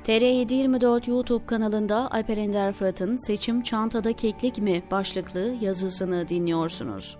TR724 YouTube kanalında Alper Ender Fırat'ın "Seçim çantada keklik mi?" başlıklı yazısını dinliyorsunuz.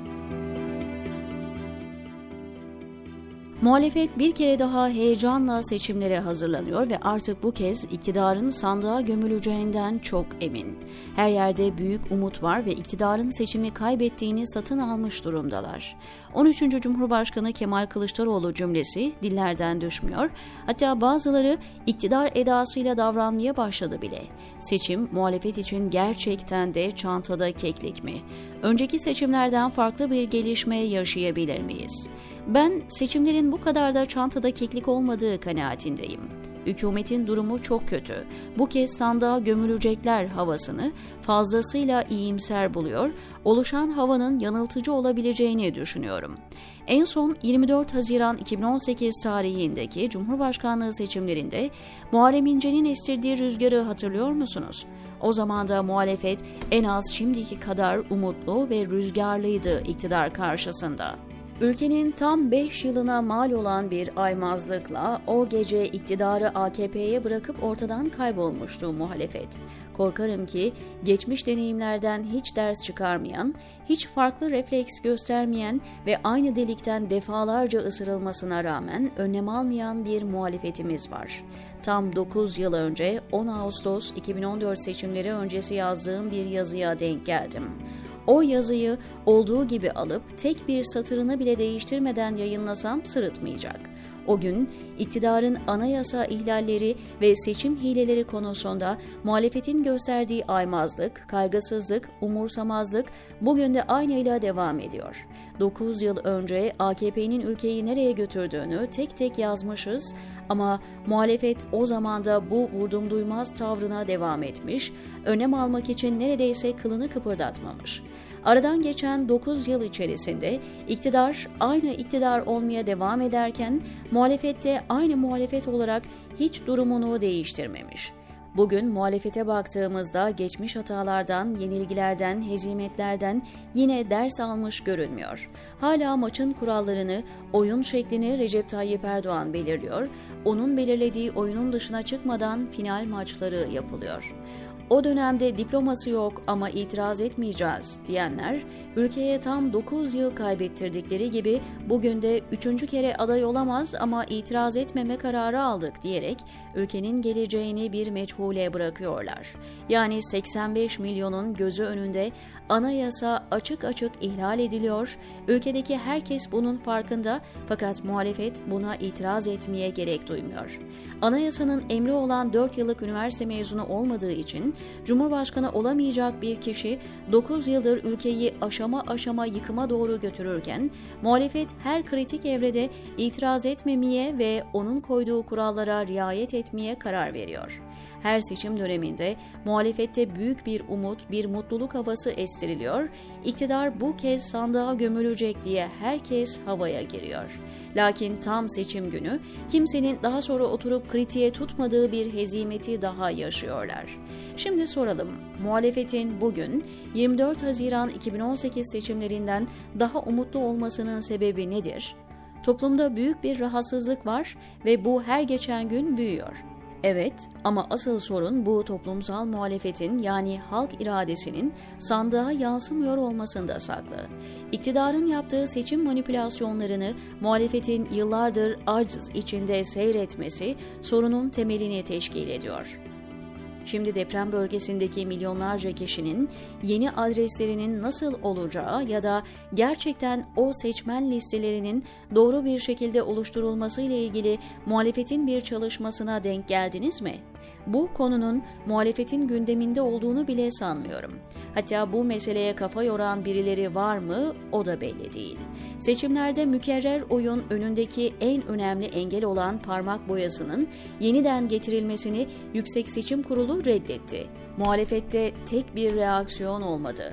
Muhalefet bir kere daha heyecanla seçimlere hazırlanıyor ve artık bu kez iktidarın sandığa gömüleceğinden çok emin. Her yerde büyük umut var ve iktidarın seçimi kaybettiğini satın almış durumdalar. 13. Cumhurbaşkanı Kemal Kılıçdaroğlu cümlesi dillerden düşmüyor. Hatta bazıları iktidar edasıyla davranmaya başladı bile. Seçim muhalefet için gerçekten de çantada keklik mi? Önceki seçimlerden farklı bir gelişme yaşayabilir miyiz? Ben seçimlerin bu kadar da çantada keklik olmadığı kanaatindeyim. Hükümetin durumu çok kötü. Bu kez sandığa gömülecekler havasını fazlasıyla iyimser buluyor, oluşan havanın yanıltıcı olabileceğini düşünüyorum. En son 24 Haziran 2018 tarihindeki Cumhurbaşkanlığı seçimlerinde Muharrem İnce'nin estirdiği rüzgarı hatırlıyor musunuz? O zaman da muhalefet en az şimdiki kadar umutlu ve rüzgarlıydı iktidar karşısında. Ülkenin tam 5 yılına mal olan bir aymazlıkla o gece iktidarı AKP'ye bırakıp ortadan kaybolmuştu muhalefet. Korkarım ki geçmiş deneyimlerden hiç ders çıkarmayan, hiç farklı refleks göstermeyen ve aynı delikten defalarca ısırılmasına rağmen önlem almayan bir muhalefetimiz var. Tam 9 yıl önce 10 Ağustos 2014 seçimleri öncesi yazdığım bir yazıya denk geldim. O yazıyı olduğu gibi alıp tek bir satırını bile değiştirmeden yayınlasam sırıtmayacak. O gün iktidarın anayasa ihlalleri ve seçim hileleri konusunda muhalefetin gösterdiği aymazlık, kaygısızlık, umursamazlık bugün de aynıyla devam ediyor. 9 yıl önce AKP'nin ülkeyi nereye götürdüğünü tek tek yazmışız ama muhalefet o zaman da bu vurdum duymaz tavrına devam etmiş, önlem almak için neredeyse kılını kıpırdatmamış. Aradan geçen 9 yıl içerisinde iktidar aynı iktidar olmaya devam ederken muhalefet de aynı muhalefet olarak hiç durumunu değiştirmemiş. Bugün muhalefete baktığımızda geçmiş hatalardan, yenilgilerden, hezimetlerden yine ders almış görünmüyor. Hala maçın kurallarını, oyun şeklini Recep Tayyip Erdoğan belirliyor. Onun belirlediği oyunun dışına çıkmadan final maçları yapılıyor. O dönemde diploması yok ama itiraz etmeyeceğiz diyenler, ülkeye tam 9 yıl kaybettirdikleri gibi bugün de 3. kere aday olamaz ama itiraz etmeme kararı aldık diyerek ülkenin geleceğini bir meçhule bırakıyorlar. Yani 85 milyonun gözü önünde anayasa açık açık ihlal ediliyor, ülkedeki herkes bunun farkında fakat muhalefet buna itiraz etmeye gerek duymuyor. Anayasanın emri olan 4 yıllık üniversite mezunu olmadığı için Cumhurbaşkanı olamayacak bir kişi 9 yıldır ülkeyi aşama aşama yıkıma doğru götürürken muhalefet her kritik evrede itiraz etmemeye ve onun koyduğu kurallara riayet etmeye karar veriyor. Her seçim döneminde muhalefette büyük bir umut, bir mutluluk havası estiriliyor. İktidar bu kez sandığa gömülecek diye herkes havaya giriyor. Lakin tam seçim günü kimsenin daha sonra oturup kritiğe tutmadığı bir hezimeti daha yaşıyorlar. Şimdi soralım, muhalefetin bugün 24 Haziran 2018 seçimlerinden daha umutlu olmasının sebebi nedir? Toplumda büyük bir rahatsızlık var ve bu her geçen gün büyüyor. Evet ama asıl sorun bu toplumsal muhalefetin yani halk iradesinin sandığa yansımıyor olmasında saklı. İktidarın yaptığı seçim manipülasyonlarını muhalefetin yıllardır aciz içinde seyretmesi sorunun temelini teşkil ediyor. Şimdi deprem bölgesindeki milyonlarca kişinin yeni adreslerinin nasıl olacağı ya da gerçekten o seçmen listelerinin doğru bir şekilde oluşturulması ile ilgili muhalefetin bir çalışmasına denk geldiniz mi? Bu konunun muhalefetin gündeminde olduğunu bile sanmıyorum. Hatta bu meseleye kafa yoran birileri var mı o da belli değil. Seçimlerde mükerrer oyun önündeki en önemli engel olan parmak boyasının yeniden getirilmesini Yüksek Seçim Kurulu reddetti. Muhalefette tek bir reaksiyon olmadı.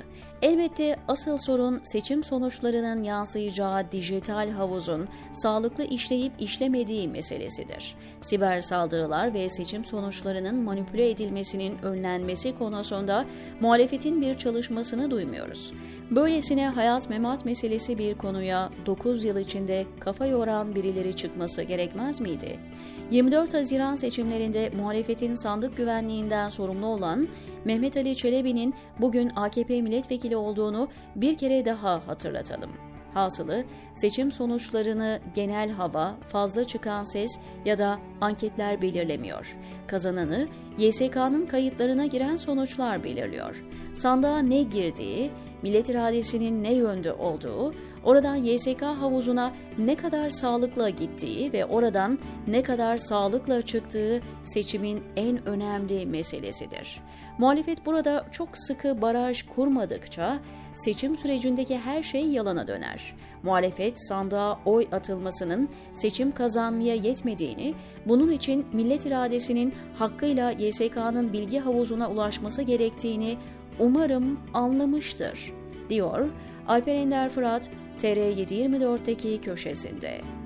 Elbette asıl sorun seçim sonuçlarının yansıyacağı dijital havuzun sağlıklı işleyip işlemediği meselesidir. Siber saldırılar ve seçim sonuçlarının manipüle edilmesinin önlenmesi konusunda muhalefetin bir çalışmasını duymuyoruz. Böylesine hayat memat meselesi bir konuya 9 yıl içinde kafa yoran birileri çıkması gerekmez miydi? 24 Haziran seçimlerinde muhalefetin sandık güvenliğinden sorumlu olan Mehmet Ali Çelebi'nin bugün AKP milletvekili olduğunu bir kere daha hatırlatalım. Hasılı, seçim sonuçlarını genel hava, fazla çıkan ses ya da anketler belirlemiyor. Kazananı YSK'nın kayıtlarına giren sonuçlar belirliyor. Sandığa ne girdiği, millet iradesinin ne yönde olduğu, oradan YSK havuzuna ne kadar sağlıkla gittiği ve oradan ne kadar sağlıkla çıktığı seçimin en önemli meselesidir. Muhalefet burada çok sıkı baraj kurmadıkça seçim sürecindeki her şey yalana döner. Muhalefet sandığa oy atılmasının seçim kazanmaya yetmediğini, bunun için millet iradesinin hakkıyla YSK'nın bilgi havuzuna ulaşması gerektiğini umarım anlamıştır, diyor Alper Ender Fırat, TR724'teki köşesinde.